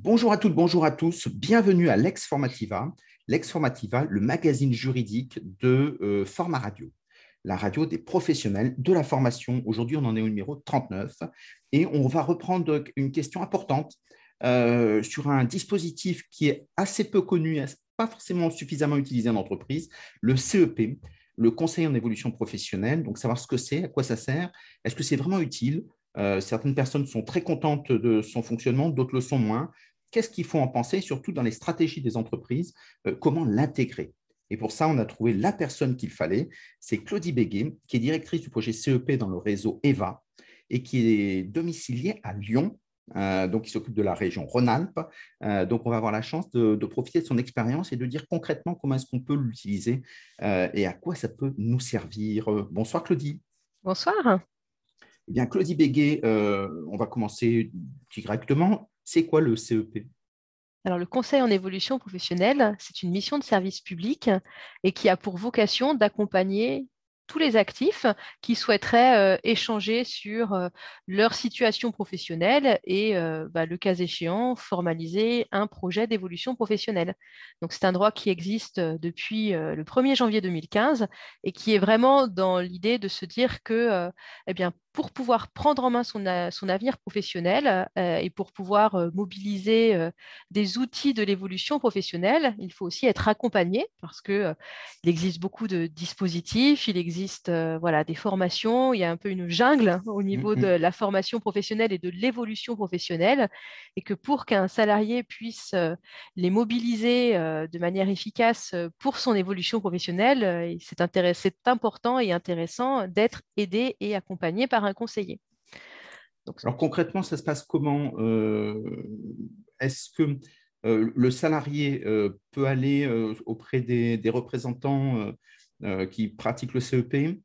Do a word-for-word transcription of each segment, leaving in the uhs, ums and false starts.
Bonjour à toutes, bonjour à tous. Bienvenue à Lex Formativa. Lex Formativa, le magazine juridique de euh, Format Radio, la radio des professionnels de la formation. Aujourd'hui, on en est au numéro trente-neuf et on va reprendre une question importante euh, sur un dispositif qui est assez peu connu, pas forcément suffisamment utilisé en entreprise, le C E P, le conseil en évolution professionnelle. Donc, savoir ce que c'est, à quoi ça sert, est-ce que c'est vraiment utile? Euh, certaines personnes sont très contentes de son fonctionnement, d'autres le sont moins. Qu'est-ce qu'il faut en penser, surtout dans les stratégies des entreprises, euh, comment l'intégrer? Et pour ça, on a trouvé la personne qu'il fallait, c'est Claudie Béguet, qui est directrice du projet C E P dans le réseau E V A et qui est domiciliée à Lyon, euh, donc qui s'occupe de la région Rhône-Alpes. Euh, donc, on va avoir la chance de, de profiter de son expérience et de dire concrètement comment est-ce qu'on peut l'utiliser euh, et à quoi ça peut nous servir. Bonsoir Claudie. Bonsoir. Eh bien, Claudie Béguet, euh, on va commencer directement. C'est quoi le C E P? Alors, le conseil en évolution professionnelle, c'est une mission de service public et qui a pour vocation d'accompagner tous les actifs qui souhaiteraient euh, échanger sur euh, leur situation professionnelle et, euh, bah, le cas échéant, formaliser un projet d'évolution professionnelle. Donc, c'est un droit qui existe euh, depuis euh, le premier janvier deux mille quinze et qui est vraiment dans l'idée de se dire que, euh, eh bien, pour pouvoir prendre en main son, a- son avenir professionnel euh, et pour pouvoir euh, mobiliser euh, des outils de l'évolution professionnelle, il faut aussi être accompagné parce que euh, il existe beaucoup de dispositifs, il existe euh, voilà, des formations, il y a un peu une jungle au niveau de Mhm. la formation professionnelle et de l'évolution professionnelle, et que pour qu'un salarié puisse euh, les mobiliser euh, de manière efficace euh, pour son évolution professionnelle, euh, c'est intéress- c'est important et intéressant d'être aidé et accompagné par un conseiller. Donc, Alors concrètement, ça se passe comment? Euh, Est-ce que euh, le salarié euh, peut aller euh, auprès des, des représentants euh, euh, qui pratiquent le C E P?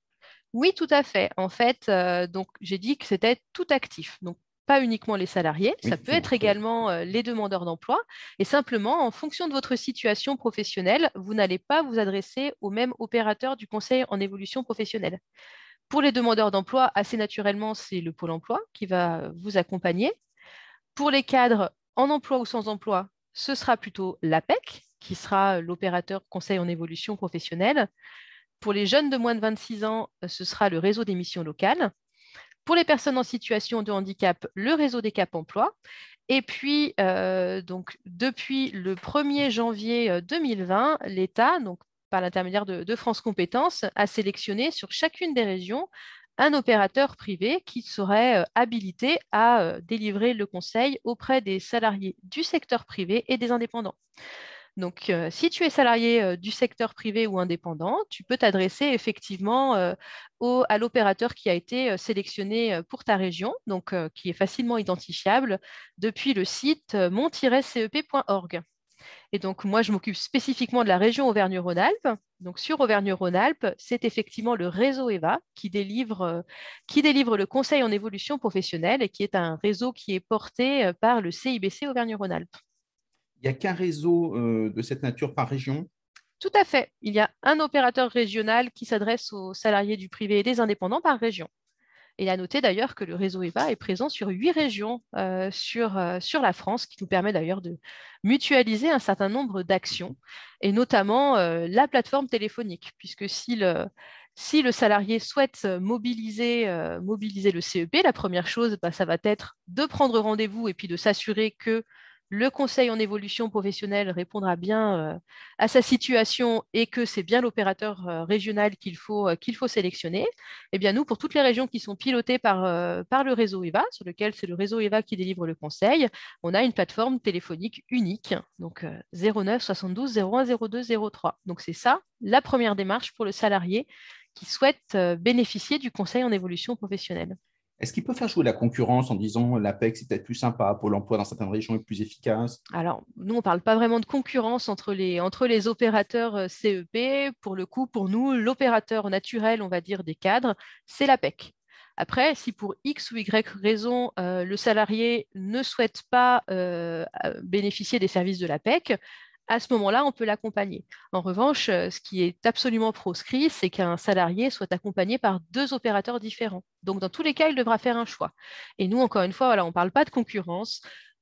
oui, tout à fait. En fait, euh, donc j'ai dit que c'était tout actif. Donc, pas uniquement les salariés, ça Oui, peut effectivement, être très bien. également euh, les demandeurs d'emploi. Et simplement, en fonction de votre situation professionnelle, vous n'allez pas vous adresser au même opérateur du conseil en évolution professionnelle. Pour les demandeurs d'emploi, assez naturellement, c'est le Pôle emploi qui va vous accompagner. Pour les cadres en emploi ou sans emploi, ce sera plutôt l'A P E C qui sera l'opérateur conseil en évolution professionnelle. Pour les jeunes de moins de vingt-six ans, euh, ce sera le réseau des missions locales. Pour les personnes en situation de handicap, le réseau des Cap Emploi. Et puis, euh, donc, depuis le premier janvier deux mille vingt, l'État, donc par l'intermédiaire de, de France Compétences, a sélectionné sur chacune des régions un opérateur privé qui serait euh, habilité à euh, délivrer le conseil auprès des salariés du secteur privé et des indépendants. Donc, euh, si tu es salarié euh, du secteur privé ou indépendant, tu peux t'adresser effectivement euh, au- à l'opérateur qui a été euh, sélectionné euh, pour ta région, donc euh, qui est facilement identifiable depuis le site euh, mon-cep point org. Et donc, moi, je m'occupe spécifiquement de la région Auvergne-Rhône-Alpes. Donc, sur Auvergne-Rhône-Alpes, c'est effectivement le réseau E V A qui délivre, euh, qui délivre le conseil en évolution professionnelle et qui est un réseau qui est porté euh, par le C I B C Auvergne-Rhône-Alpes. Il n'y a qu'un réseau euh, de cette nature par région? Tout à fait. Il y a un opérateur régional qui s'adresse aux salariés du privé et des indépendants par région. Et à noter d'ailleurs que le réseau E V A est présent sur huit régions euh, sur, euh, sur la France, qui nous permet d'ailleurs de mutualiser un certain nombre d'actions, et notamment euh, la plateforme téléphonique, puisque si le, si le salarié souhaite mobiliser, euh, mobiliser le C E P, la première chose, bah, ça va être de prendre rendez-vous et puis de s'assurer que le conseil en évolution professionnelle répondra bien euh, à sa situation et que c'est bien l'opérateur euh, régional qu'il faut, euh, qu'il faut sélectionner. Eh bien, nous, pour toutes les régions qui sont pilotées par, euh, par le réseau E V A, sur lequel c'est le réseau E V A qui délivre le conseil, on a une plateforme téléphonique unique, donc euh, zéro neuf soixante-douze zéro un zéro deux zéro trois. Donc, c'est ça, la première démarche pour le salarié qui souhaite euh, bénéficier du conseil en évolution professionnelle. Est-ce qu'il peut faire jouer la concurrence en disant l'Apex est peut-être plus sympa, Pôle emploi dans certaines régions est plus efficace? Alors, nous, on ne parle pas vraiment de concurrence entre les, entre les opérateurs euh, C E P. Pour le coup, pour nous, l'opérateur naturel, on va dire, des cadres, c'est l'A P E C. Après, si pour X ou Y raison, euh, le salarié ne souhaite pas euh, euh, bénéficier des services de l'A P E C, à ce moment-là, on peut l'accompagner. En revanche, euh, ce qui est absolument proscrit, c'est qu'un salarié soit accompagné par deux opérateurs différents. Donc, dans tous les cas, il devra faire un choix. Et nous, encore une fois, voilà, on ne parle pas de concurrence.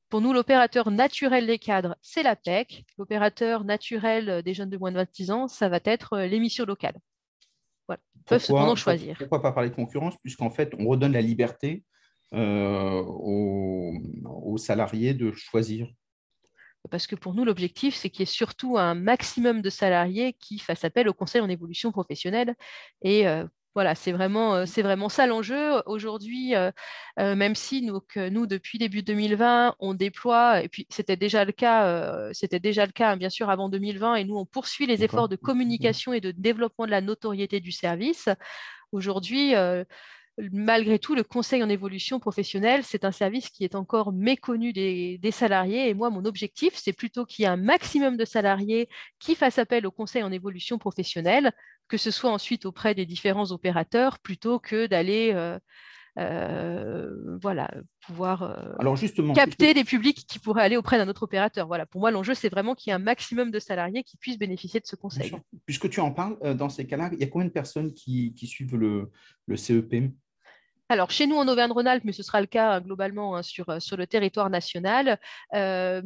Pour nous, l'opérateur naturel des cadres, c'est l'A P E C. L'opérateur naturel des jeunes de moins de vingt-six ans, ça va être l'émission locale. Voilà. Ils peuvent cependant Pourquoi, choisir. pourquoi pas parler de concurrence, puisqu'en fait, on redonne la liberté euh, aux, aux salariés de choisir. Parce que pour nous, l'objectif, c'est qu'il y ait surtout un maximum de salariés qui fassent appel au conseil en évolution professionnelle. Et euh, voilà, c'est vraiment, euh, c'est vraiment ça l'enjeu. Aujourd'hui, euh, euh, même si nous, que nous, depuis début deux mille vingt, on déploie, et puis c'était déjà le cas, euh, c'était déjà le cas, hein, bien sûr, avant deux mille vingt, et nous, on poursuit les efforts de communication et de développement de la notoriété du service. Aujourd'hui, euh, malgré tout, le conseil en évolution professionnelle, c'est un service qui est encore méconnu des, des salariés. Et moi, mon objectif, c'est plutôt qu'il y ait un maximum de salariés qui fassent appel au conseil en évolution professionnelle, que ce soit ensuite auprès des différents opérateurs, plutôt que d'aller euh, euh, voilà, pouvoir euh, Alors justement, puisque, capter des publics qui pourraient aller auprès d'un autre opérateur. Voilà. Pour moi, l'enjeu, c'est vraiment qu'il y ait un maximum de salariés qui puissent bénéficier de ce bien conseil. sûr, puisque tu en parles, euh, dans ces cas-là, il y a combien de personnes qui, qui suivent le, le C E P? Alors, chez nous en Auvergne-Rhône-Alpes, mais ce sera le cas hein, globalement hein, sur, euh, sur le territoire national, euh,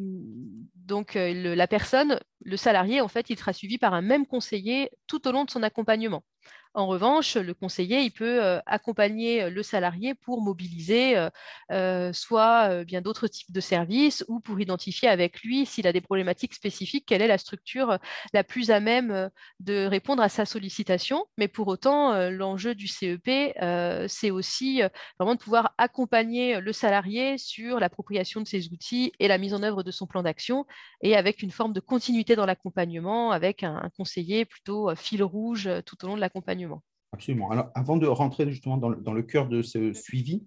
donc euh, le- la personne, le salarié, en fait, il sera suivi par un même conseiller tout au long de son accompagnement. En revanche, le conseiller, il peut euh, accompagner le salarié pour mobiliser euh, euh, soit euh, bien d'autres types de services ou pour identifier avec lui s'il a des problématiques spécifiques, quelle est la structure la plus à même euh, de répondre à sa sollicitation. Mais pour autant, euh, l'enjeu du C E P, euh, c'est aussi euh, vraiment de pouvoir accompagner le salarié sur l'appropriation de ses outils et la mise en œuvre de son plan d'action, et avec une forme de continuité dans l'accompagnement, avec un, un conseiller plutôt euh, fil rouge euh, tout au long de l'accompagnement. Absolument. Alors, avant de rentrer justement dans le, dans le cœur de ce suivi,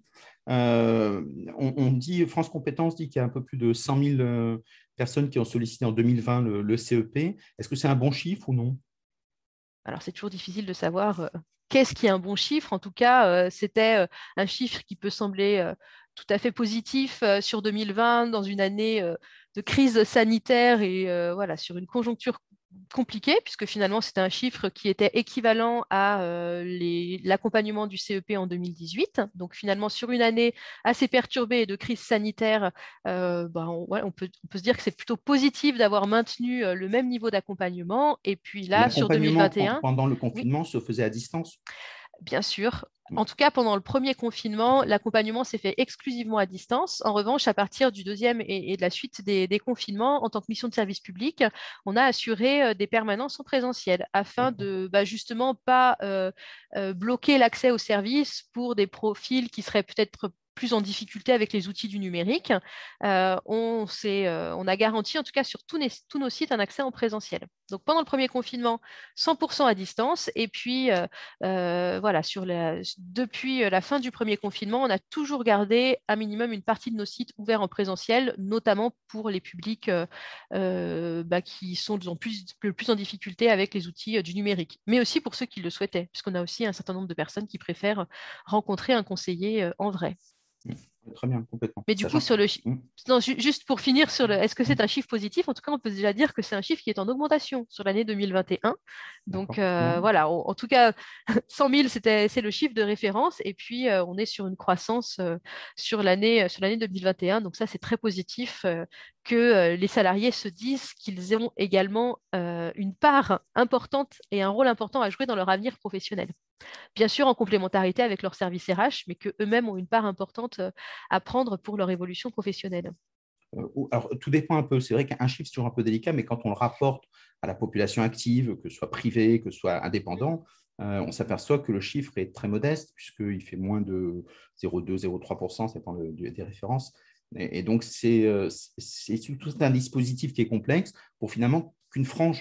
euh, on, on dit, France Compétences dit qu'il y a un peu plus de cent mille euh, personnes qui ont sollicité en deux mille vingt le, le C E P. Est-ce que c'est un bon chiffre ou non? Alors, c'est toujours difficile de savoir euh, qu'est-ce qui est un bon chiffre. En tout cas, euh, c'était euh, un chiffre qui peut sembler euh, tout à fait positif euh, sur deux mille vingt, dans une année euh, de crise sanitaire et euh, voilà, sur une conjoncture compliquée, puisque finalement, c'était un chiffre qui était équivalent à euh, les- l'accompagnement du C E P en deux mille dix-huit. Donc, finalement, sur une année assez perturbée et de crise sanitaire, euh, bah, on, ouais, on peut, on peut se dire que c'est plutôt positif d'avoir maintenu euh, le même niveau d'accompagnement. Et puis Et là, sur l'accompagnement pen- deux mille vingt et un, pendant le oui, confinement se faisait à distance? bien sûr. Mm. En tout cas, pendant le premier confinement, l'accompagnement s'est fait exclusivement à distance. En revanche, à partir du deuxième et, et de la suite des, des confinements, en tant que mission de service public, on a assuré euh, des permanences en présentiel afin D'accord. de bah, justement pas euh, euh, bloquer l'accès aux services pour des profils qui seraient peut-être plus en difficulté avec les outils du numérique. Euh, on, s'est, euh, on a garanti, en tout cas sur tous, les- tous nos sites, un accès en présentiel. Donc pendant le premier confinement, cent pour cent à distance. Et puis, euh, euh, voilà, sur la, depuis la fin du premier confinement, on a toujours gardé un minimum une partie de nos sites ouverts en présentiel, notamment pour les publics euh, euh, bah, qui sont de plus, le plus en difficulté avec les outils euh, du numérique, mais aussi pour ceux qui le souhaitaient, puisqu'on a aussi un certain nombre de personnes qui préfèrent rencontrer un conseiller euh, en vrai. Mm. Très bien, complètement. Mais du coup, Sachant que… sur le chi- Mm. non, ju- juste pour finir sur le est-ce que c'est Mm. un chiffre positif? En tout cas, on peut déjà dire que c'est un chiffre qui est en augmentation sur l'année deux mille vingt et un. Donc D'accord. euh, Non. voilà, en, en tout cas, cent mille, c'était, c'est le chiffre de référence. Et puis, euh, on est sur une croissance euh, sur l'année sur l'année deux mille vingt et un. Donc ça, c'est très positif euh, que euh, les salariés se disent qu'ils ont également euh, une part importante et un rôle important à jouer dans leur avenir professionnel. Bien sûr en complémentarité avec leur service R H, mais qu'eux-mêmes ont une part importante euh, à prendre pour leur évolution professionnelle. Euh, ou- alors, tout dépend un peu. C'est vrai qu'un chiffre, c'est toujours un peu délicat, mais quand on le rapporte à la population active, que ce soit privé, que ce soit indépendant, euh, on s'aperçoit que le chiffre est très modeste, puisqu'il fait moins de zéro virgule deux, zéro virgule trois pour cent, ça dépend de- de- des références. Et, et donc, c'est euh, c'est- c'est tout un dispositif qui est complexe pour finalement qu'une frange.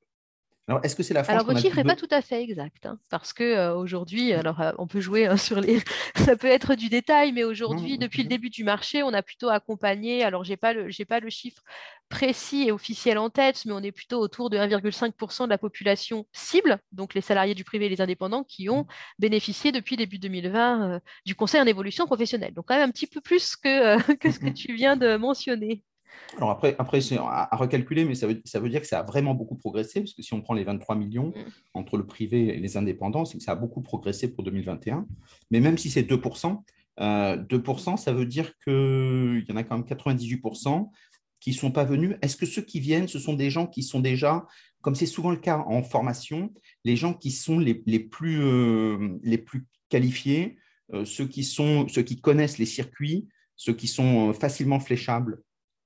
Alors, est-ce que c'est la frange Alors, qu'on votre a le chiffre plus… n'est pas be- tout à fait exact, hein, parce que euh, aujourd'hui, alors euh, on peut jouer hein, sur les, ça peut être du détail, mais Non, aujourd'hui, non, très depuis le bien. début du marché, on a plutôt accompagné. Alors, j'ai pas le, j'ai pas le chiffre précis et officiel en tête, mais on est plutôt autour de un virgule cinq pour cent de la population cible, donc les salariés du privé et les indépendants, qui ont bénéficié depuis début deux mille vingt euh, du conseil en évolution professionnelle. Donc, quand même un petit peu plus que, euh, que Mm, ce que mm. tu viens de mentionner. Alors après, après c'est à, à recalculer, mais ça veut, ça veut dire que ça a vraiment beaucoup progressé, parce que si on prend les vingt-trois millions Mm. entre le privé et les indépendants, c'est que ça a beaucoup progressé pour deux mille vingt et un. Mais même si c'est deux pour cent, Euh, deux pour cent, ça veut dire qu'il y en a quand même quatre-vingt-dix-huit pour cent qui ne sont pas venus. Est-ce que ceux qui viennent, ce sont des gens qui sont déjà, comme c'est souvent le cas en formation, les gens qui sont les, les plus, euh, les plus qualifiés, euh, ceux qui sont, ceux qui connaissent les circuits, ceux qui sont euh, facilement fléchables,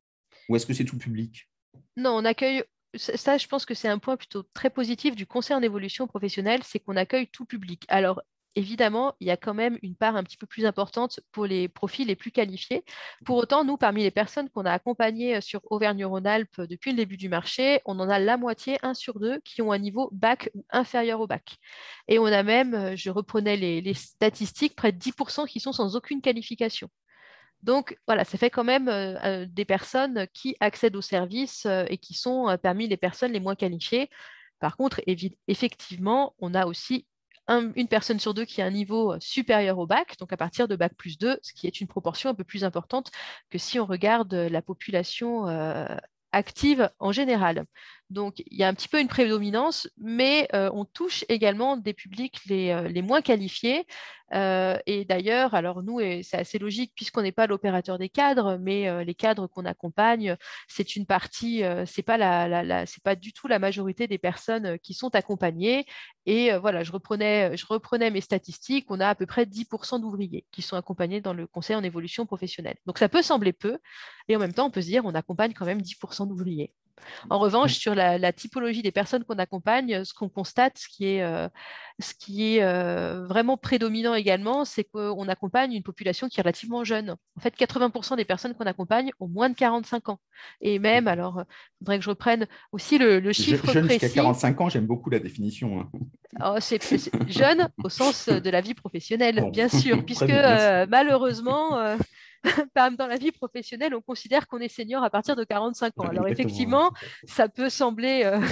ou est-ce que c'est tout public? Non, on accueille, ça, ça, je pense que c'est un point plutôt très positif du conseil en évolution professionnelle, c'est qu'on accueille tout public. Alors, évidemment, il y a quand même une part un petit peu plus importante pour les profils les plus qualifiés. Pour autant, nous, parmi les personnes qu'on a accompagnées sur Auvergne-Rhône-Alpes depuis le début du marché, on en a la moitié, un sur deux, qui ont un niveau bac ou inférieur au bac. Et on a même, euh, je reprenais les, les statistiques, près de dix pour cent qui sont sans aucune qualification. Donc, voilà, ça fait quand même euh, euh, des personnes qui accèdent aux services euh, et qui sont euh, parmi les personnes les moins qualifiées. Par contre, évi- effectivement, on a aussi un- une personne sur deux qui a un niveau euh, supérieur au bac, donc à partir de bac plus deux, ce qui est une proportion un peu plus importante que si on regarde euh, la population euh, active en général. Donc, il y a un petit peu une prédominance, mais euh, on touche également des publics les, euh, les moins qualifiés. Euh, et d'ailleurs, alors nous, et c'est assez logique puisqu'on n'est pas l'opérateur des cadres, mais euh, les cadres qu'on accompagne, c'est une partie, euh, c'est pas la, la- la- c'est pas du tout la majorité des personnes euh, qui sont accompagnées. Et euh, voilà, je reprenais, je reprenais mes statistiques. On a à peu près dix pour cent d'ouvriers qui sont accompagnés dans le conseil en évolution professionnelle. Donc ça peut sembler peu, et en même temps, on peut se dire on accompagne quand même dix pour cent d'ouvriers. En revanche, sur la, la typologie des personnes qu'on accompagne, ce qu'on constate, ce qui est, euh, ce qui est euh, vraiment prédominant également, c'est qu'on accompagne une population qui est relativement jeune. En fait, quatre-vingts pour cent des personnes qu'on accompagne ont moins de quarante-cinq ans. Et même, alors, il faudrait que je reprenne aussi le, le Je- chiffre jeune jusqu'à précis. quarante-cinq ans, j'aime beaucoup la définition, hein. Alors, c'est, c'est jeune au sens de la vie professionnelle, Bon, bien sûr, très puisque bien, merci. euh, malheureusement, euh, par exemple, dans la vie professionnelle, on considère qu'on est senior à partir de quarante-cinq ans. Ouais, Alors exactement, ouais, effectivement, tout à fait. ça peut sembler, euh,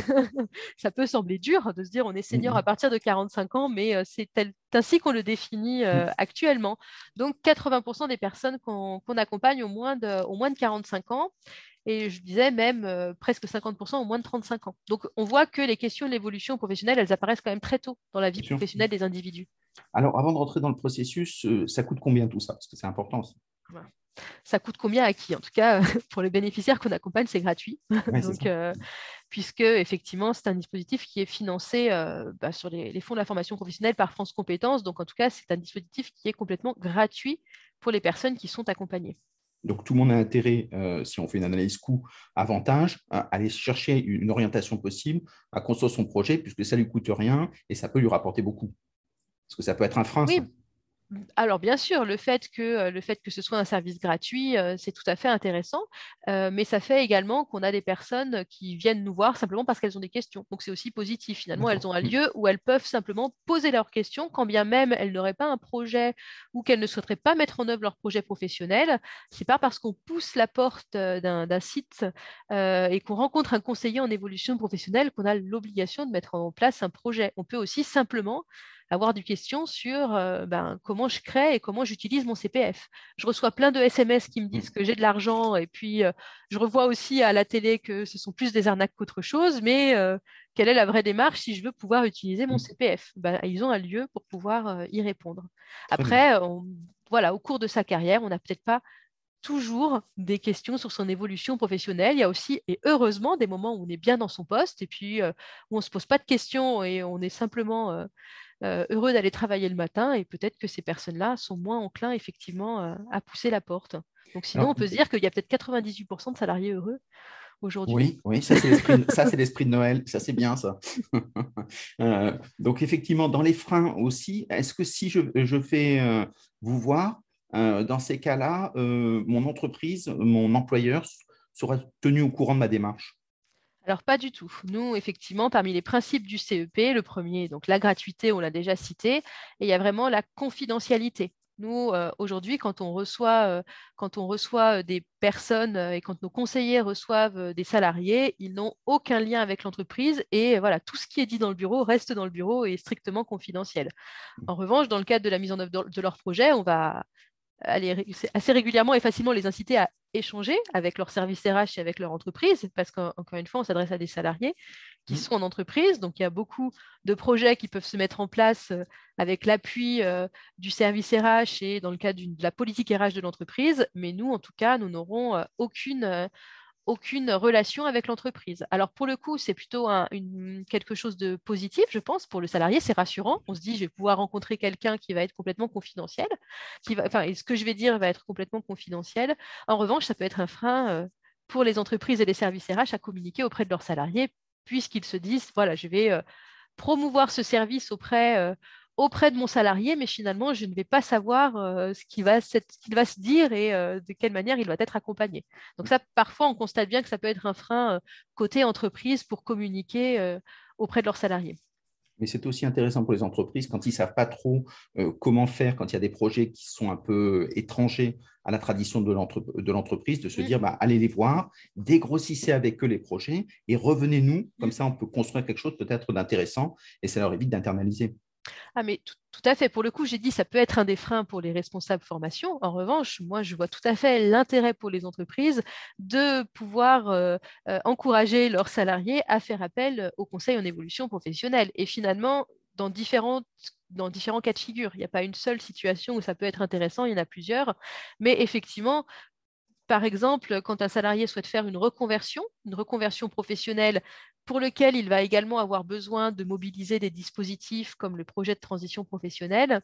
ça peut sembler dur de se dire on est senior à Mhm. partir de quarante-cinq ans, mais euh, c'est tel- ainsi qu'on le définit euh, Mhm. actuellement. Donc quatre-vingts pour cent des personnes qu'on qu'on accompagne au moins de, au moins de quarante-cinq ans. Et je disais même euh, presque cinquante pour cent au moins de trente-cinq ans. Donc on voit que les questions de l'évolution professionnelle, elles apparaissent quand même très tôt dans la vie Bien sûr. professionnelle des individus. Alors, avant de rentrer dans le processus, euh, ça coûte combien tout ça? Parce que c'est important aussi. Voilà. Ça coûte combien à qui? En tout cas, pour les bénéficiaires qu'on accompagne, c'est gratuit. Oui, c'est Donc, ça. euh, puisque effectivement, c'est un dispositif qui est financé euh, bah, sur les, les fonds de la formation professionnelle par France Compétences. Donc, en tout cas, c'est un dispositif qui est complètement gratuit pour les personnes qui sont accompagnées. Donc, tout le monde a intérêt, euh, si on fait une analyse coût-avantage, à aller chercher une orientation possible, à construire son projet, puisque ça ne lui coûte rien et ça peut lui rapporter beaucoup. Parce que ça peut être un frein, ça. Oui, alors bien sûr, le fait que, euh, le fait que ce soit un service gratuit, euh, c'est tout à fait intéressant, euh, mais ça fait également qu'on a des personnes qui viennent nous voir simplement parce qu'elles ont des questions. Donc c'est aussi positif. Finalement, elles D'accord. ont un Mm. lieu où elles peuvent simplement poser leurs questions, quand bien même elles n'auraient pas un projet ou qu'elles ne souhaiteraient pas mettre en œuvre leur projet professionnel. C'est pas parce qu'on pousse la porte euh, d'un d'un site euh, et qu'on rencontre un conseiller en évolution professionnelle qu'on a l'obligation de mettre en place un projet. On peut aussi simplement avoir des questions sur euh, ben, comment je crée et comment j'utilise mon C P F. Je reçois plein de S M S qui me disent Mm. que j'ai de l'argent et puis euh, je revois aussi à la télé que ce sont plus des arnaques qu'autre chose, mais euh, quelle est la vraie démarche si je veux pouvoir utiliser mon Mm. C P F? Ben, ils ont un lieu pour pouvoir euh, y répondre. Très bien. Après, on- voilà, au cours de sa carrière, on n'a peut-être pas toujours des questions sur son évolution professionnelle. Il y a aussi, et heureusement, des moments où on est bien dans son poste et puis euh, où on ne se pose pas de questions et on est simplement euh, euh, heureux d'aller travailler le matin et peut-être que ces personnes-là sont moins enclins effectivement euh, à pousser la porte. Donc sinon, Alors, on peut se dire qu'il y a peut-être quatre-vingt-dix-huit pour cent de salariés heureux aujourd'hui. oui, oui, ça c'est l'esprit, ça c'est l'esprit de Noël, ça c'est bien ça. Euh, donc effectivement, dans les freins aussi, est-ce que si je, je fais euh, vous voir, euh, dans ces cas-là, euh, mon entreprise, mon employeur sera tenu au courant de ma démarche? Alors pas du tout. Nous, effectivement, parmi les principes du C E P, le premier, donc la gratuité, on l'a déjà cité, et il y a vraiment la confidentialité. Nous, euh, aujourd'hui, quand on reçoit, euh, quand on reçoit euh, des personnes euh, et quand nos conseillers reçoivent euh, des salariés, ils n'ont aucun lien avec l'entreprise et euh, voilà, tout ce qui est dit dans le bureau reste dans le bureau et est strictement confidentiel. En revanche, dans le cadre de la mise en œuvre de de leur projet, on va aller ré- assez régulièrement et facilement les inciter à échanger avec leur service R H et avec leur entreprise, parce qu'encore une fois, on s'adresse à des salariés qui Mmh. sont en entreprise. Donc, il y a beaucoup de projets qui peuvent se mettre en place euh, avec l'appui euh, du service R H et dans le cadre de la politique R H de l'entreprise. Mais nous, en tout cas, nous n'aurons euh, aucune, euh, aucune relation avec l'entreprise. Alors, pour le coup, c'est plutôt un, une, quelque chose de positif, je pense, pour le salarié. C'est rassurant. On se dit, je vais pouvoir rencontrer quelqu'un qui va être complètement confidentiel. Qui va, enfin, et ce que je vais dire va être complètement confidentiel. En revanche, ça peut être un frein euh, pour les entreprises et les services R H à communiquer auprès de leurs salariés, puisqu'ils se disent, voilà, je vais euh, promouvoir ce service auprès, euh, auprès de mon salarié, mais finalement, je ne vais pas savoir euh, ce qu'il va, ce qu'il va se dire et euh, de quelle manière il va être accompagné. Donc ça, parfois, on constate bien que ça peut être un frein euh, côté entreprise pour communiquer euh, auprès de leurs salariés. Mais c'est aussi intéressant pour les entreprises quand ils ne savent pas trop euh, comment faire, quand il y a des projets qui sont un peu étrangers à la tradition de l'entre- de l'entreprise, de se Mm, dire, bah, allez les voir, dégrossissez avec eux les projets et revenez-nous. Comme mm. ça, on peut construire quelque chose peut-être d'intéressant et ça leur évite d'internaliser. Ah, mais tout, tout à fait. Pour le coup, j'ai dit ça peut être un des freins pour les responsables formation. En revanche, moi, je vois tout à fait l'intérêt pour les entreprises de pouvoir euh, euh, encourager leurs salariés à faire appel au conseil en évolution professionnelle. Et finalement, dans différentes dans différents cas de figure. Il n'y a pas une seule situation où ça peut être intéressant, il y en a plusieurs. Mais effectivement, par exemple, quand un salarié souhaite faire une reconversion, une reconversion professionnelle pour lequel il va également avoir besoin de mobiliser des dispositifs comme le projet de transition professionnelle,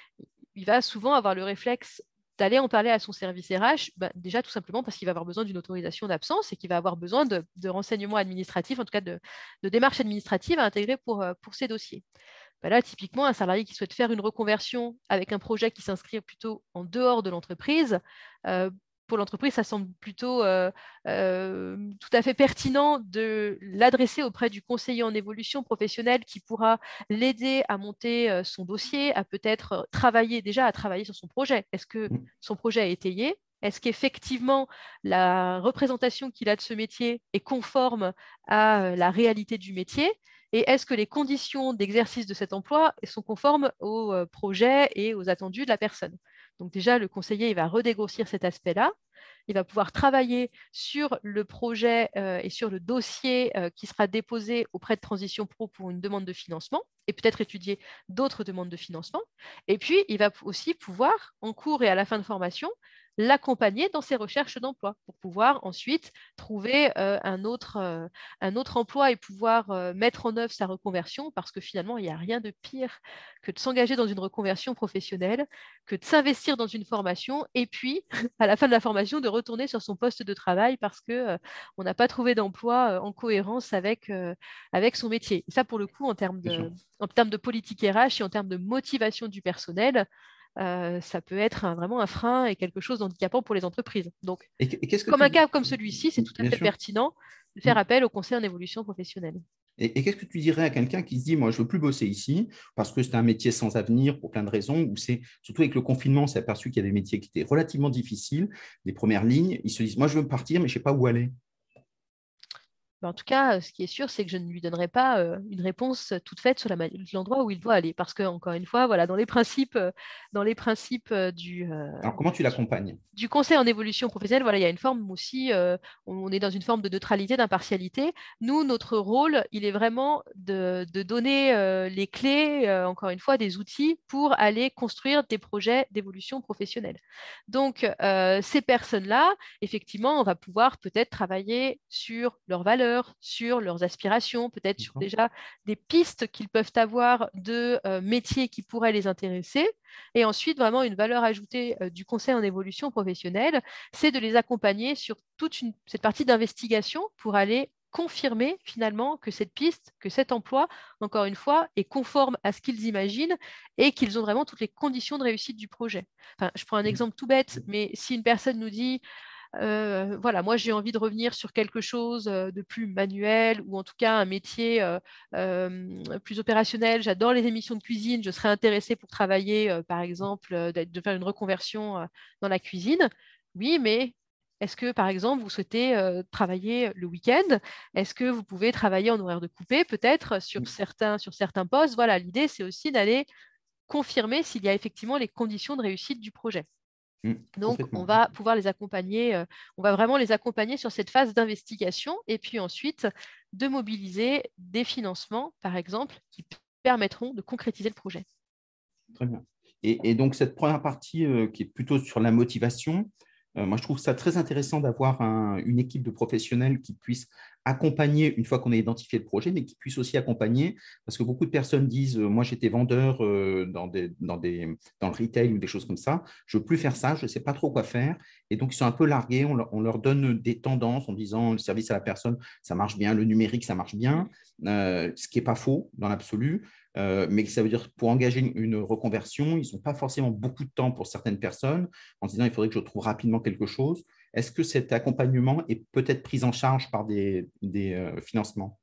il va souvent avoir le réflexe d'aller en parler à son service R H, ben, déjà tout simplement parce qu'il va avoir besoin d'une autorisation d'absence et qu'il va avoir besoin de, de renseignements administratifs, en tout cas de, de démarches administratives à intégrer pour, euh, pour ces dossiers. Ben là, typiquement, un salarié qui souhaite faire une reconversion avec un projet qui s'inscrit plutôt en dehors de l'entreprise, euh, pour l'entreprise, ça semble plutôt euh, euh, tout à fait pertinent de l'adresser auprès du conseiller en évolution professionnelle qui pourra l'aider à monter euh, son dossier, à peut-être travailler déjà à travailler sur son projet. Est-ce que Mm. son projet est étayé? Est-ce qu'effectivement la représentation qu'il a de ce métier est conforme à euh, la réalité du métier? Et est-ce que les conditions d'exercice de cet emploi sont conformes au euh, projet et aux attendus de la personne? Donc déjà, le conseiller il va redégrossir cet aspect-là. Il va pouvoir travailler sur le projet euh, et sur le dossier euh, qui sera déposé auprès de Transition Pro pour une demande de financement et peut-être étudier d'autres demandes de financement. Et puis, il va aussi pouvoir, en cours et à la fin de formation, l'accompagner dans ses recherches d'emploi pour pouvoir ensuite trouver euh, un, autre, euh, un autre emploi et pouvoir euh, mettre en œuvre sa reconversion parce que finalement, il n'y a rien de pire que de s'engager dans une reconversion professionnelle, que de s'investir dans une formation et puis, à la fin de la formation, de retourner sur son poste de travail parce qu'on euh, n'a pas trouvé d'emploi euh, en cohérence avec, euh, avec son métier. Et ça, pour le coup, en termes Bien sûr. de, en termes de politique R H et en termes de motivation du personnel, euh, ça peut être un- vraiment un frein et quelque chose d'handicapant pour les entreprises. Donc, Et, et qu'est-ce que comme tu un dis? cas comme celui-ci, c'est tout à Bien fait sûr. pertinent de Mm. faire appel au conseil en évolution professionnelle. Et, et qu'est-ce que tu dirais à quelqu'un qui se dit, moi, je ne veux plus bosser ici parce que c'est un métier sans avenir pour plein de raisons, ou c'est surtout avec le confinement, on s'est aperçu qu'il y a des métiers qui étaient relativement difficiles, les premières lignes, ils se disent, moi, je veux partir, mais je ne sais pas où aller. Mais en tout cas, euh, ce qui est sûr, c'est que je ne lui donnerai pas euh, une réponse euh, toute faite sur la ma- l'endroit où il doit aller. Parce que, encore une fois, voilà, dans les principes, euh, dans les principes euh, du, euh, Alors, comment tu du, l'accompagnes? du conseil en évolution professionnelle, voilà, il y a une forme aussi, euh, on est dans une forme de neutralité, d'impartialité. Nous, notre rôle, il est vraiment de, de donner euh, les clés, euh, encore une fois, des outils pour aller construire des projets d'évolution professionnelle. Donc, euh, ces personnes-là, effectivement, on va pouvoir peut-être travailler sur leurs valeurs, sur leurs aspirations, peut-être sur D'accord. déjà des pistes qu'ils peuvent avoir de euh, métiers qui pourraient les intéresser. Et ensuite, vraiment, une valeur ajoutée euh, du conseil en évolution professionnelle, c'est de les accompagner sur toute une, cette partie d'investigation pour aller confirmer finalement que cette piste, que cet emploi, encore une fois, est conforme à ce qu'ils imaginent et qu'ils ont vraiment toutes les conditions de réussite du projet. Enfin, je prends un exemple tout bête, mais si une personne nous dit euh, voilà, moi j'ai envie de revenir sur quelque chose euh, de plus manuel ou en tout cas un métier euh, euh, plus opérationnel. J'adore les émissions de cuisine, je serais intéressée pour travailler, euh, par exemple, euh, d'être- de faire une reconversion euh, dans la cuisine. Oui, mais est-ce que, par exemple, vous souhaitez euh, travailler le week-end? Est-ce que vous pouvez travailler en horaire de coupé, peut-être, sur certains, sur certains postes? Voilà, l'idée, c'est aussi d'aller confirmer s'il y a effectivement les conditions de réussite du projet. Mmh, Donc, on complètement. va pouvoir les accompagner, euh, on va vraiment les accompagner sur cette phase d'investigation et puis ensuite de mobiliser des financements, par exemple, qui permettront de concrétiser le projet. Très bien. Et, et donc, cette première partie euh, qui est plutôt sur la motivation, euh, moi, je trouve ça très intéressant d'avoir un- une équipe de professionnels qui puisse accompagner une fois qu'on a identifié le projet, mais qui puisse aussi accompagner, parce que beaucoup de personnes disent, euh, moi, j'étais vendeur euh, dans des, dans des, dans le retail ou des choses comme ça, je ne veux plus faire ça, je ne sais pas trop quoi faire. Et donc, ils sont un peu largués, on leur, on leur donne des tendances en disant, le service à la personne, ça marche bien, le numérique, ça marche bien, euh, ce qui n'est pas faux dans l'absolu. Euh, mais ça veut dire pour engager une, une reconversion, ils n'ont pas forcément beaucoup de temps pour certaines personnes en se disant il faudrait que je trouve rapidement quelque chose. Est-ce que cet accompagnement est peut-être pris en charge par des, des euh, financements?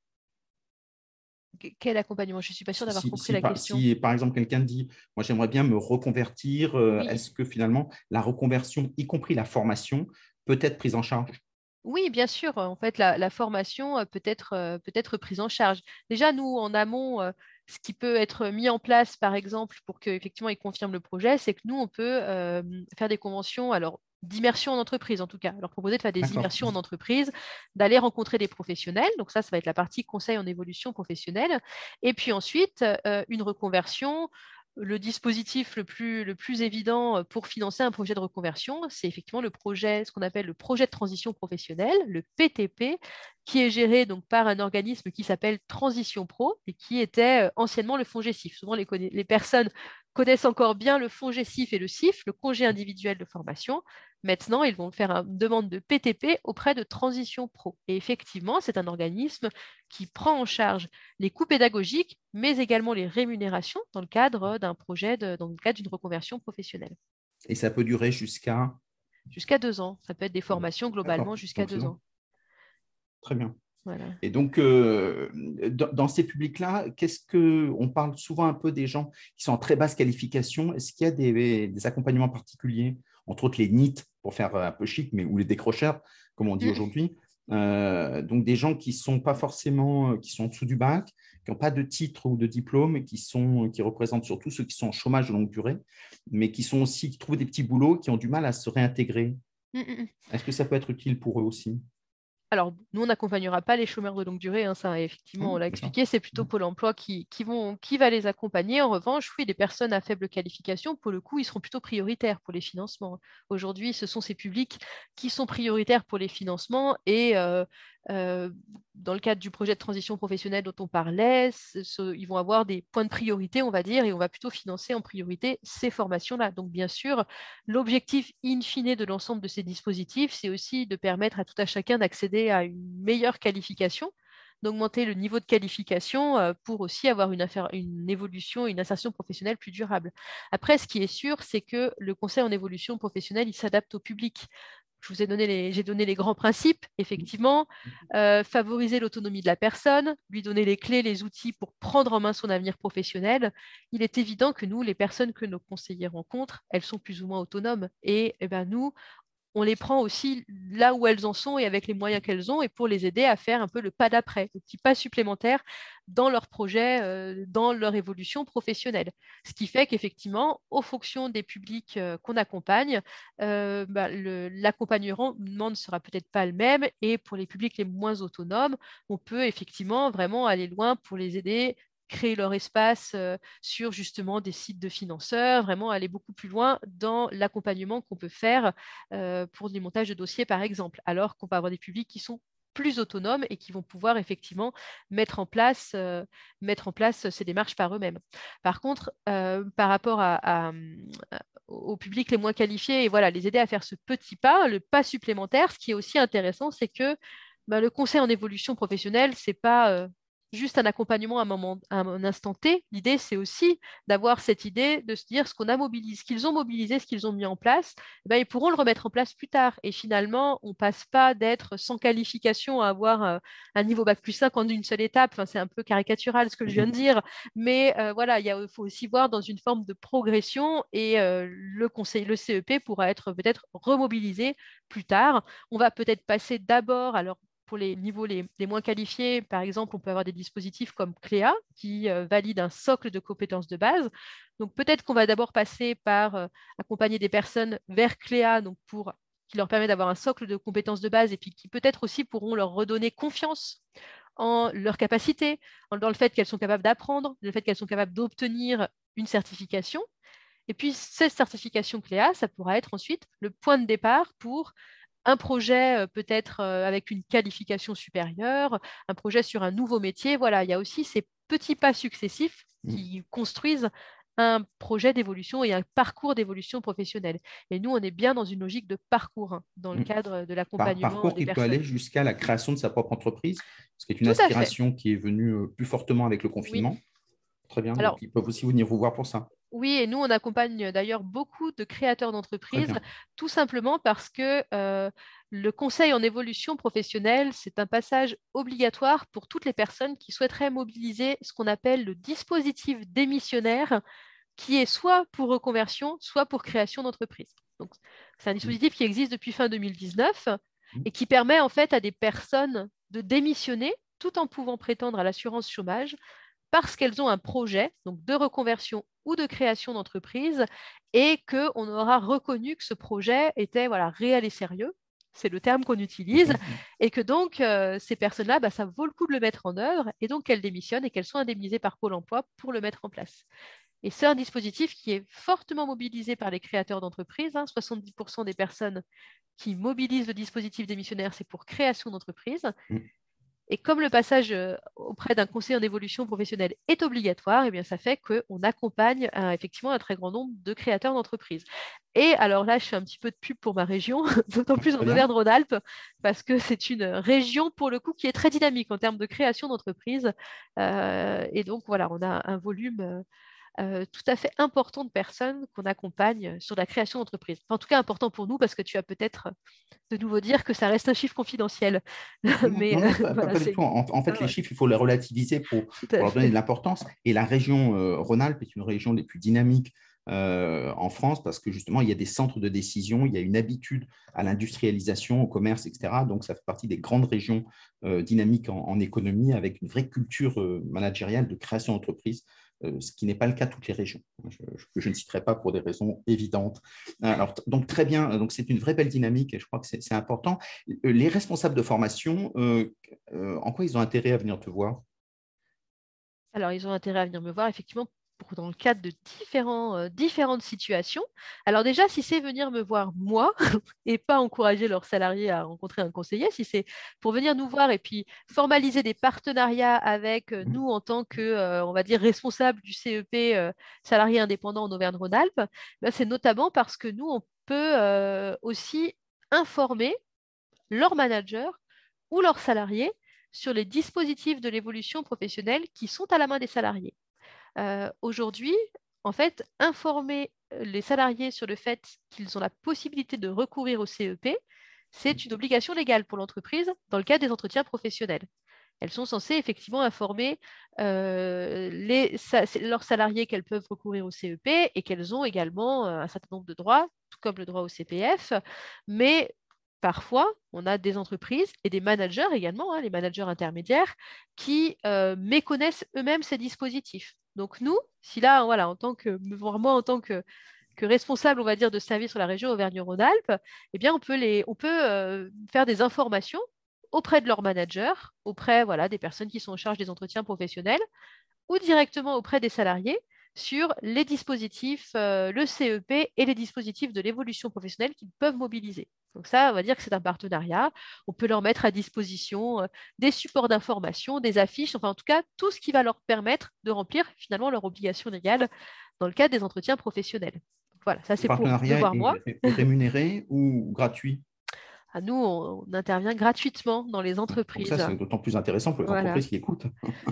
Quel accompagnement? Je ne suis pas sûre Si, d'avoir si, compris si la par, question. si, par exemple quelqu'un dit moi j'aimerais bien me reconvertir, euh, Oui. est-ce que finalement la reconversion, y compris la formation, peut être prise en charge? Oui, bien sûr. En fait, la, la formation euh, peut être, euh, peut être prise en charge. Déjà, nous, en amont, euh, ce qui peut être mis en place, par exemple, pour qu'effectivement ils confirment le projet, c'est que nous, on peut euh, faire des conventions, alors d'immersion en entreprise en tout cas, leur proposer de faire des D'accord. immersions en entreprise, d'aller rencontrer des professionnels. Donc ça, ça va être la partie conseil en évolution professionnelle. Et puis ensuite, euh, une reconversion. Le dispositif le plus, le plus évident euh, pour financer un projet de reconversion, c'est effectivement le projet, ce qu'on appelle le projet de transition professionnelle, le P T P, qui est géré donc par un organisme qui s'appelle Transition Pro et qui était euh, anciennement le FONGECIF. Souvent, les, les personnes connaissent encore bien le FONGECIF et le C I F, le congé individuel de formation. Maintenant, ils vont faire une demande de P T P auprès de Transition Pro. Et effectivement, c'est un organisme qui prend en charge les coûts pédagogiques, mais également les rémunérations dans le cadre d'un projet, de, dans le cadre d'une reconversion professionnelle. Et ça peut durer jusqu'à… Jusqu'à deux ans. Ça peut être des formations globalement D'accord, jusqu'à donc c'est deux long. ans. Très bien. Voilà. Et donc, euh, dans, dans ces publics-là, qu'est-ce que on parle souvent un peu des gens qui sont en très basse qualification. Est-ce qu'il y a des, des accompagnements particuliers, entre autres les N I T, pour faire un peu chic, mais ou les décrocheurs, comme on dit Mm. aujourd'hui. Euh, donc des gens qui sont pas forcément, qui sont en dessous du bac, qui n'ont pas de titre ou de diplôme, et qui sont, qui représentent surtout ceux qui sont en chômage de longue durée, mais qui sont aussi qui trouvent des petits boulots, qui ont du mal à se réintégrer. Mm, mm, mm. Est-ce que ça peut être utile pour eux aussi? Alors, nous, on n'accompagnera pas les chômeurs de longue durée, hein, ça, effectivement, on Hum, l'a d'accord. expliqué, c'est plutôt Pôle emploi qui, qui, vont, qui va les accompagner. En revanche, oui, les personnes à faible qualification, pour le coup, ils seront plutôt prioritaires pour les financements. Aujourd'hui, ce sont ces publics qui sont prioritaires pour les financements et euh, euh, dans le cadre du projet de transition professionnelle dont on parlait, ce, ils vont avoir des points de priorité, on va dire, et on va plutôt financer en priorité ces formations-là. Donc, bien sûr, l'objectif in fine de l'ensemble de ces dispositifs, c'est aussi de permettre à tout à chacun d'accéder à une meilleure qualification, d'augmenter le niveau de qualification euh, pour aussi avoir une, affaire, une évolution, une insertion professionnelle plus durable. Après, ce qui est sûr, c'est que le conseil en évolution professionnelle, il s'adapte au public. Je vous ai donné les, j'ai donné les grands principes, effectivement, euh, favoriser l'autonomie de la personne, lui donner les clés, les outils pour prendre en main son avenir professionnel. Il est évident que nous, les personnes que nos conseillers rencontrent, elles sont plus ou moins autonomes. Et, eh ben, nous, on les prend aussi là où elles en sont et avec les moyens qu'elles ont et pour les aider à faire un peu le pas d'après, le petit pas supplémentaire dans leur projet, euh, dans leur évolution professionnelle. Ce qui fait qu'effectivement, aux fonctions des publics euh, qu'on accompagne, euh, bah, le, l'accompagnement ne sera peut-être pas le même et pour les publics les moins autonomes, on peut effectivement vraiment aller loin pour les aider créer leur espace euh, sur justement des sites de financeurs, vraiment aller beaucoup plus loin dans l'accompagnement qu'on peut faire euh, pour des montages de dossiers, par exemple, alors qu'on va avoir des publics qui sont plus autonomes et qui vont pouvoir effectivement mettre en place, euh, mettre en place ces démarches par eux-mêmes. Par contre, euh, par rapport à, à, à, aux publics les moins qualifiés, et voilà, les aider à faire ce petit pas, le pas supplémentaire, ce qui est aussi intéressant, c'est que bah, le conseil en évolution professionnelle, c'est pas euh, juste un accompagnement à un moment, à un instant T. L'idée, c'est aussi d'avoir cette idée de se dire ce qu'on a mobilisé, ce qu'ils ont mobilisé, ce qu'ils ont mis en place, eh ben, ils pourront le remettre en place plus tard. Et finalement, on passe pas d'être sans qualification à avoir euh, un niveau bac plus cinq en une seule étape. Enfin, c'est un peu caricatural ce que je viens de dire, mais euh, voilà, il faut aussi voir dans une forme de progression et euh, le conseil, le C E P pourra être peut-être remobilisé plus tard. On va peut-être passer d'abord, alors pour les niveaux les, les moins qualifiés, par exemple, on peut avoir des dispositifs comme Cléa qui euh, valident un socle de compétences de base. Donc, peut-être qu'on va d'abord passer par euh, accompagner des personnes vers Cléa donc pour, qui leur permet d'avoir un socle de compétences de base et puis qui peut-être aussi pourront leur redonner confiance en leur capacité, dans le fait qu'elles sont capables d'apprendre, le fait qu'elles sont capables d'obtenir une certification. Et puis, cette certification Cléa, ça pourra être ensuite le point de départ pour un projet euh, peut-être euh, avec une qualification supérieure, un projet sur un nouveau métier. Voilà, il y a aussi ces petits pas successifs qui mmh. construisent un projet d'évolution et un parcours d'évolution professionnelle. Et nous, on est bien dans une logique de parcours hein, dans le mmh. cadre de l'accompagnement Par, parcours des qui personnes. peut aller jusqu'à la création de sa propre entreprise, ce qui est une Tout aspiration qui est venue plus fortement avec le confinement. Oui. Très bien, Alors, donc ils peuvent aussi venir vous voir pour ça. Oui, et nous, on accompagne d'ailleurs beaucoup de créateurs d'entreprises, tout simplement parce que euh, le conseil en évolution professionnelle, c'est un passage obligatoire pour toutes les personnes qui souhaiteraient mobiliser ce qu'on appelle le dispositif démissionnaire, qui est soit pour reconversion, soit pour création d'entreprise. Donc, c'est un dispositif qui existe depuis fin deux mille dix-neuf et qui permet en fait à des personnes de démissionner tout en pouvant prétendre à l'assurance chômage parce qu'elles ont un projet donc de reconversion ou de création d'entreprise et qu'on aura reconnu que ce projet était voilà, réel et sérieux, c'est le terme qu'on utilise, et que donc euh, ces personnes-là, bah, ça vaut le coup de le mettre en œuvre et donc qu'elles démissionnent et qu'elles soient indemnisées par Pôle emploi pour le mettre en place. Et c'est un dispositif qui est fortement mobilisé par les créateurs d'entreprises. Hein, soixante-dix pour cent des personnes qui mobilisent le dispositif démissionnaire, c'est pour création d'entreprise. Et comme le passage auprès d'un conseiller en évolution professionnelle est obligatoire, eh bien, ça fait qu'on accompagne euh, effectivement un très grand nombre de créateurs d'entreprises. Et alors là, je fais un petit peu de pub pour ma région, d'autant plus en Auvergne-Rhône-Alpes, parce que c'est une région, pour le coup, qui est très dynamique en termes de création d'entreprises. Euh, et donc, voilà, on a un volume euh, euh, tout à fait important de personnes qu'on accompagne sur la création d'entreprise. Enfin, en tout cas, important pour nous, parce que tu vas peut-être de nouveau dire que ça reste un chiffre confidentiel. Mais, non, non, pas, voilà, pas du tout. En, en fait, ah, les ouais. chiffres, il faut les relativiser pour, pour leur donner de l'importance. Et la région euh, Rhône-Alpes est une région des plus dynamiques euh, en France parce que justement, il y a des centres de décision, il y a une habitude à l'industrialisation, au commerce, et cetera. Donc, ça fait partie des grandes régions euh, dynamiques en, en économie avec une vraie culture euh, managériale de création d'entreprise. Euh, ce qui n'est pas le cas de toutes les régions. Je, je, je ne citerai pas pour des raisons évidentes. Alors, donc, très bien, donc c'est une vraie belle dynamique et je crois que c'est important. Les responsables de formation, euh, euh, en quoi ils ont intérêt à venir te voir? Alors, ils ont intérêt à venir me voir, effectivement, pour, dans le cadre de différents, euh, différentes situations. Alors déjà, si c'est venir me voir moi et pas encourager leurs salariés à rencontrer un conseiller, si c'est pour venir nous voir et puis formaliser des partenariats avec euh, nous en tant que, euh, on va dire, responsables du C E P euh, salarié indépendant en Auvergne-Rhône-Alpes, ben, c'est notamment parce que nous, on peut euh, aussi informer leurs managers ou leurs salariés sur les dispositifs de l'évolution professionnelle qui sont à la main des salariés. Euh, Aujourd'hui, en fait, informer les salariés sur le fait qu'ils ont la possibilité de recourir au C E P, c'est une obligation légale pour l'entreprise dans le cadre des entretiens professionnels. Elles sont censées effectivement informer euh, les, sa, leurs salariés qu'elles peuvent recourir au C E P et qu'elles ont également euh, un certain nombre de droits, tout comme le droit au C P F, mais parfois, on a des entreprises et des managers également, hein, les managers intermédiaires, qui euh, méconnaissent eux-mêmes ces dispositifs. Donc nous, si là, voilà, en tant que, moi, en tant que, que responsable, on va dire, de service sur la région Auvergne-Rhône-Alpes, eh bien, on peut, les, on peut euh, faire des informations auprès de leurs managers, auprès voilà, des personnes qui sont en charge des entretiens professionnels, ou directement auprès des salariés sur les dispositifs, euh, le C E P et les dispositifs de l'évolution professionnelle qu'ils peuvent mobiliser. Donc ça, on va dire que c'est un partenariat. On peut leur mettre à disposition euh, des supports d'information, des affiches, enfin en tout cas, tout ce qui va leur permettre de remplir finalement leur obligation légale dans le cadre des entretiens professionnels. Donc voilà, ça c'est pour me voir moi. Est rémunéré ou gratuit? À nous, on, on intervient gratuitement dans les entreprises. Donc ça, c'est d'autant plus intéressant pour les voilà. entreprises qui écoutent.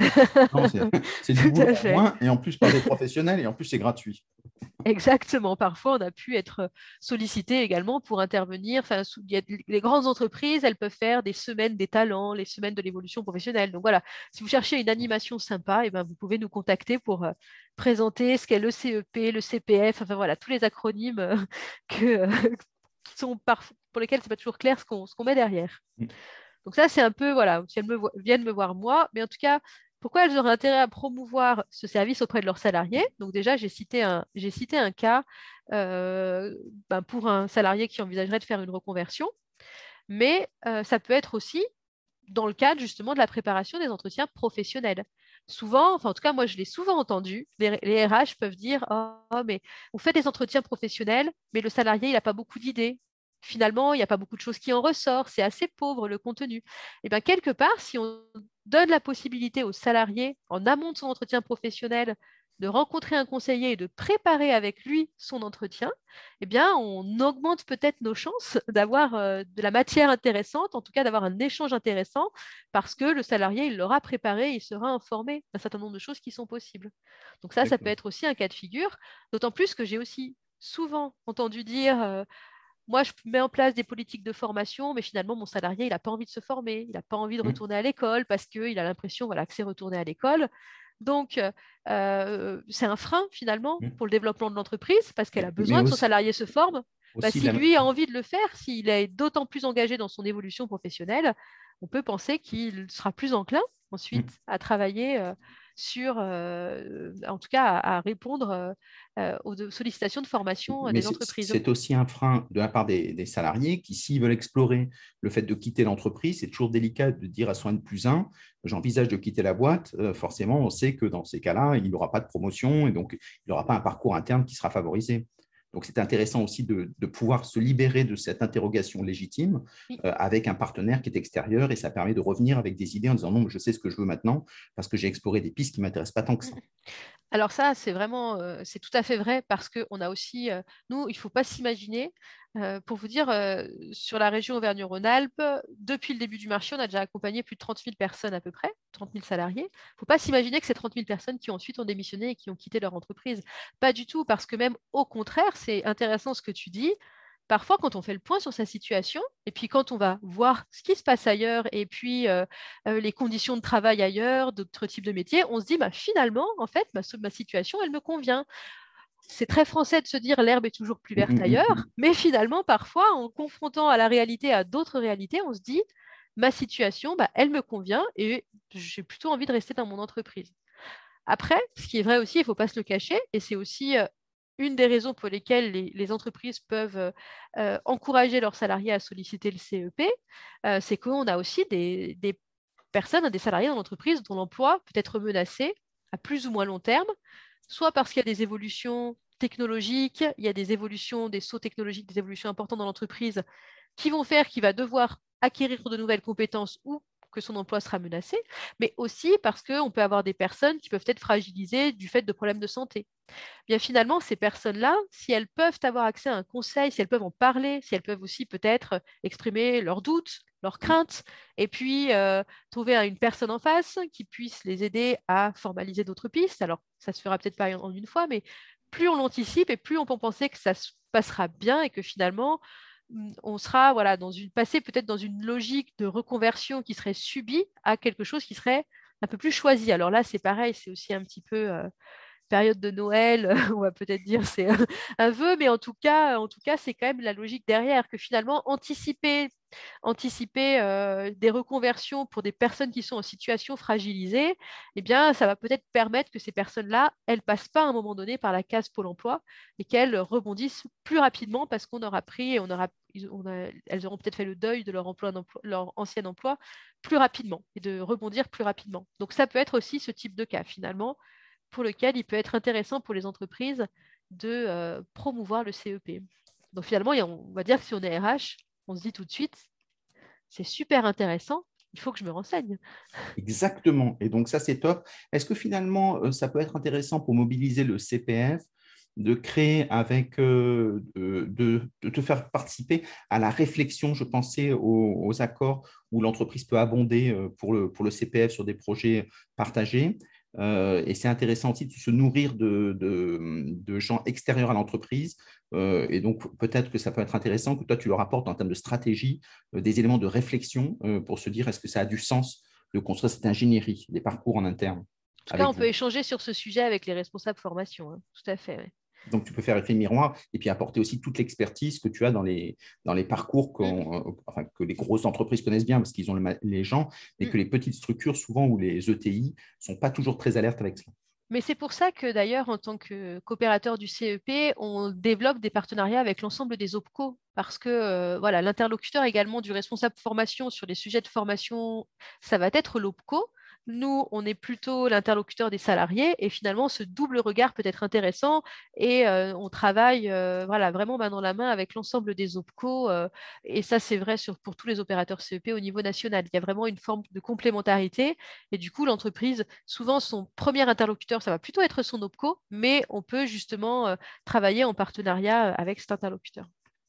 C'est du boulot en moins, et en plus par des professionnels, et en plus c'est gratuit. Exactement. Parfois, on a pu être sollicité également pour intervenir. Enfin, les grandes entreprises, elles peuvent faire des semaines des talents, les semaines de l'évolution professionnelle. Donc voilà, si vous cherchez une animation sympa, eh ben, vous pouvez nous contacter pour euh, présenter ce qu'est le C E P, le C P F, enfin voilà, tous les acronymes euh, que, euh, qui sont parfois pour lesquels c'est pas toujours clair ce qu'on ce qu'on met derrière. Donc ça, c'est un peu, voilà, si elles me vo- viennent me voir moi, mais en tout cas, pourquoi elles auraient intérêt à promouvoir ce service auprès de leurs salariés? Donc déjà, j'ai cité un, j'ai cité un cas euh, ben, pour un salarié qui envisagerait de faire une reconversion, mais euh, ça peut être aussi dans le cadre justement de la préparation des entretiens professionnels. Souvent, enfin en tout cas moi je l'ai souvent entendu, les, les R H peuvent dire oh, oh, mais on fait des entretiens professionnels, mais le salarié il n'a pas beaucoup d'idées. Finalement, il n'y a pas beaucoup de choses qui en ressortent, c'est assez pauvre le contenu. Et bien quelque part, si on donne la possibilité au salarié en amont de son entretien professionnel de rencontrer un conseiller et de préparer avec lui son entretien, eh bien, on augmente peut-être nos chances d'avoir euh, de la matière intéressante, en tout cas d'avoir un échange intéressant, parce que le salarié, il l'aura préparé, il sera informé d'un certain nombre de choses qui sont possibles. Donc ça, ça peut D'accord. être aussi un cas de figure, d'autant plus que j'ai aussi souvent entendu dire, euh, moi, je mets en place des politiques de formation, mais finalement, mon salarié, il n'a pas envie de se former, il n'a pas envie de Mm, retourner à l'école parce qu'il a l'impression voilà, que c'est retourner à l'école. Donc, euh, c'est un frein finalement mm. pour le développement de l'entreprise parce qu'elle Mais, a mais besoin que son aussi, salarié se forme. Bah, aussi si la, lui a envie de le faire, s'il est d'autant plus engagé dans son évolution professionnelle, on peut penser qu'il sera plus enclin ensuite mm. à travailler euh, sur, euh, en tout cas, à, à répondre euh, euh, aux de- sollicitations de formation euh, Mais des c'est entreprises. c'est aussi un frein de la part des, des salariés qui, s'ils veulent explorer le fait de quitter l'entreprise, c'est toujours délicat de dire à son N plus un, j'envisage de quitter la boîte. Euh, forcément, on sait que dans ces cas-là, il n'aura pas de promotion et donc il n'aura pas un parcours interne qui sera favorisé. Donc, c'est intéressant aussi de, de pouvoir se libérer de cette interrogation légitime Oui. euh, avec un partenaire qui est extérieur et ça permet de revenir avec des idées en disant non, je sais ce que je veux maintenant parce que j'ai exploré des pistes qui ne m'intéressent pas tant que ça. Alors ça, c'est vraiment, euh, c'est tout à fait vrai parce qu'on a aussi, euh, nous, il ne faut pas s'imaginer, euh, pour vous dire, euh, sur la région Auvergne-Rhône-Alpes, depuis le début du marché, on a déjà accompagné plus de trente mille personnes à peu près, trente mille salariés. Il ne faut pas s'imaginer que c'est trente mille personnes qui ensuite ont démissionné et qui ont quitté leur entreprise. Pas du tout, parce que même au contraire, c'est intéressant ce que tu dis. Parfois, quand on fait le point sur sa situation, et puis quand on va voir ce qui se passe ailleurs, et puis euh, euh, les conditions de travail ailleurs, d'autres types de métiers, on se dit bah, finalement, en fait, ma, ma situation, elle me convient. C'est très français de se dire l'herbe est toujours plus Mm, verte mm, ailleurs, mm. mais finalement, parfois, en confrontant à la réalité, à d'autres réalités, on se dit ma situation, bah, elle me convient et j'ai plutôt envie de rester dans mon entreprise. Après, ce qui est vrai aussi, il ne faut pas se le cacher, et c'est aussi euh, une des raisons pour lesquelles les, les entreprises peuvent euh, euh, encourager leurs salariés à solliciter le C E P, euh, c'est qu'on a aussi des, des personnes, des salariés dans l'entreprise dont l'emploi peut être menacé à plus ou moins long terme, soit parce qu'il y a des évolutions technologiques, il y a des évolutions, des sauts technologiques, des évolutions importantes dans l'entreprise qui vont faire qu'il va devoir acquérir de nouvelles compétences ou que son emploi sera menacé, mais aussi parce qu'on peut avoir des personnes qui peuvent être fragilisées du fait de problèmes de santé. Bien finalement, ces personnes-là, si elles peuvent avoir accès à un conseil, si elles peuvent en parler, si elles peuvent aussi peut-être exprimer leurs doutes, leurs craintes, et puis euh, trouver une personne en face qui puisse les aider à formaliser d'autres pistes. Alors, ça se fera peut-être pas en une fois, mais plus on l'anticipe et plus on peut penser que ça se passera bien et que finalement, on sera voilà, dans une, passé peut-être dans une logique de reconversion qui serait subie à quelque chose qui serait un peu plus choisi. Alors là, c'est pareil, c'est aussi un petit peu euh, période de Noël, on va peut-être dire c'est un, un vœu, mais en tout cas, en tout cas, c'est quand même la logique derrière, que finalement, anticiper, anticiper euh, des reconversions pour des personnes qui sont en situation fragilisée, eh bien, ça va peut-être permettre que ces personnes-là, elles passent pas à un moment donné par la case Pôle emploi et qu'elles rebondissent plus rapidement parce qu'on aura pris et on aura, on a, elles auront peut-être fait le deuil de leur emploi, leur ancien emploi plus rapidement et de rebondir plus rapidement. Donc ça peut être aussi ce type de cas finalement pour lequel il peut être intéressant pour les entreprises de euh, promouvoir le C E P. Donc finalement, on va dire que si on est R H, on se dit tout de suite, c'est super intéressant, il faut que je me renseigne. Exactement. Et donc, ça, c'est top. Est-ce que finalement, euh, ça peut être intéressant pour mobiliser le C P F de créer avec, euh, de, de, de te faire participer à la réflexion, je pensais aux, aux accords où l'entreprise peut abonder euh, pour le, pour le C P F sur des projets partagés. Euh, et c'est intéressant aussi de se nourrir de, de, de gens extérieurs à l'entreprise. Euh, et donc, peut-être que ça peut être intéressant que toi, tu leur apportes en termes de stratégie euh, des éléments de réflexion euh, pour se dire est-ce que ça a du sens de construire cette ingénierie, des parcours en interne En tout cas, avec on peut vous. échanger sur ce sujet avec les responsables formation, hein. Tout à fait. Ouais. Donc, tu peux faire effet miroir et puis apporter aussi toute l'expertise que tu as dans les, dans les parcours Mm, enfin, que les grosses entreprises connaissent bien parce qu'ils ont le, les gens, mais mm. que les petites structures, souvent, ou les E T I, ne sont pas toujours très alertes avec ça. Mais c'est pour ça que d'ailleurs, en tant que coopérateur du C E P, on développe des partenariats avec l'ensemble des OPCO parce que euh, voilà, l'interlocuteur également du responsable formation sur les sujets de formation, ça va être l'OPCO. Nous, on est plutôt l'interlocuteur des salariés et finalement, ce double regard peut être intéressant et euh, on travaille euh, voilà, vraiment main dans la main avec l'ensemble des OPCO euh, et ça, c'est vrai sur, pour tous les opérateurs C E P au niveau national. Il y a vraiment une forme de complémentarité et du coup, l'entreprise, souvent, son premier interlocuteur, ça va plutôt être son OPCO, mais on peut justement euh, travailler en partenariat euh, avec cet interlocuteur.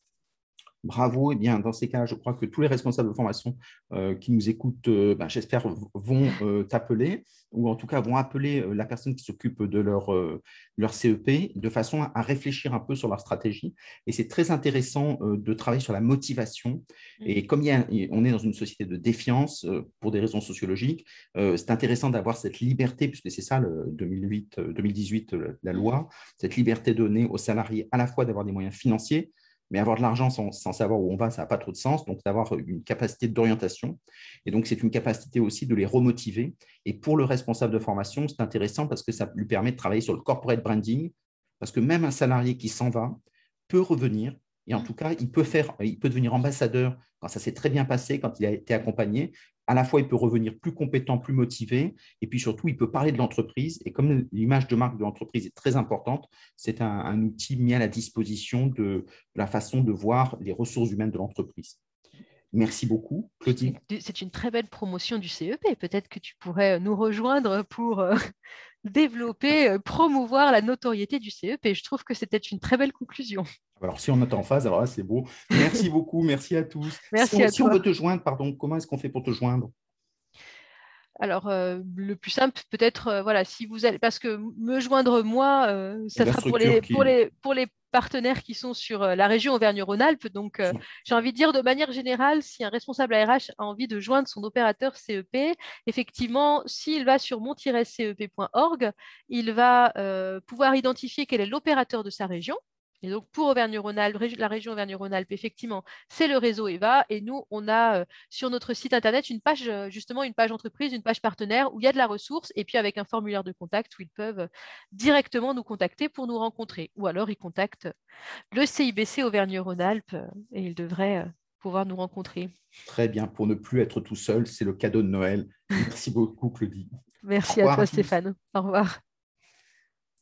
Bravo. Eh bien, dans ces cas, je crois que tous les responsables de formation euh, qui nous écoutent, euh, ben, j'espère, vont euh, t'appeler ou en tout cas vont appeler euh, la personne qui s'occupe de leur, euh, leur C E P de façon à, à réfléchir un peu sur leur stratégie. Et c'est très intéressant euh, de travailler sur la motivation. Mm. Et comme il y a, on est dans une société de défiance euh, pour des raisons sociologiques, euh, c'est intéressant d'avoir cette liberté, puisque c'est ça, le deux mille huit, euh, deux mille dix-huit, euh, la Mhm. loi, cette liberté donnée aux salariés à la fois d'avoir des moyens financiers, mais avoir de l'argent sans, sans, savoir où on va, ça n'a pas trop de sens. Donc, d'avoir une capacité d'orientation. Et donc, c'est une capacité aussi de les remotiver. Et pour le responsable de formation, c'est intéressant parce que ça lui permet de travailler sur le corporate branding. Parce que même un salarié qui s'en va peut revenir. Et en Mm. tout cas, il peut, faire, il peut devenir ambassadeur quand ça s'est très bien passé, quand il a été accompagné. À la fois, il peut revenir plus compétent, plus motivé. Et puis surtout, il peut parler de l'entreprise. Et comme l'image de marque de l'entreprise est très importante, c'est un, un outil mis à la disposition de, la façon de voir les ressources humaines de l'entreprise. Merci beaucoup, Claudie. C'est une très belle promotion du C E P. Peut-être que tu pourrais nous rejoindre pour euh, développer, euh, promouvoir la notoriété du C E P. Je trouve que c'était une très belle conclusion. Alors, si on est en phase, alors là, c'est beau. Merci beaucoup, merci à tous. Si Merci on, à si on toi. veut te joindre, pardon, comment est-ce qu'on fait pour te joindre? Alors, euh, le plus simple, peut-être, euh, voilà, si vous allez, parce que me joindre moi, euh, Et ça la sera pour structure les, pour qui... les, pour les partenaires qui sont sur euh, la région Auvergne-Rhône-Alpes. Donc, euh, j'ai envie de dire de manière générale, si un responsable A R H a envie de joindre son opérateur C E P, effectivement, s'il va sur mon tiret C E P point org, il va euh, pouvoir identifier quel est l'opérateur de sa région. Et donc, pour Auvergne-Rhône-Alpes, la région Auvergne-Rhône-Alpes, effectivement, c'est le réseau E V A. Et nous, on a euh, sur notre site internet une page, euh, justement, une page entreprise, une page partenaire où il y a de la ressource et puis avec un formulaire de contact où ils peuvent euh, directement nous contacter pour nous rencontrer. Ou alors, ils contactent le C I B C Auvergne-Rhône-Alpes euh, et ils devraient euh, pouvoir nous rencontrer. Très bien, pour ne plus être tout seul, c'est le cadeau de Noël. Merci beaucoup, Claudie. Au Merci à revoir à toi, tous. Stéphane. Au revoir.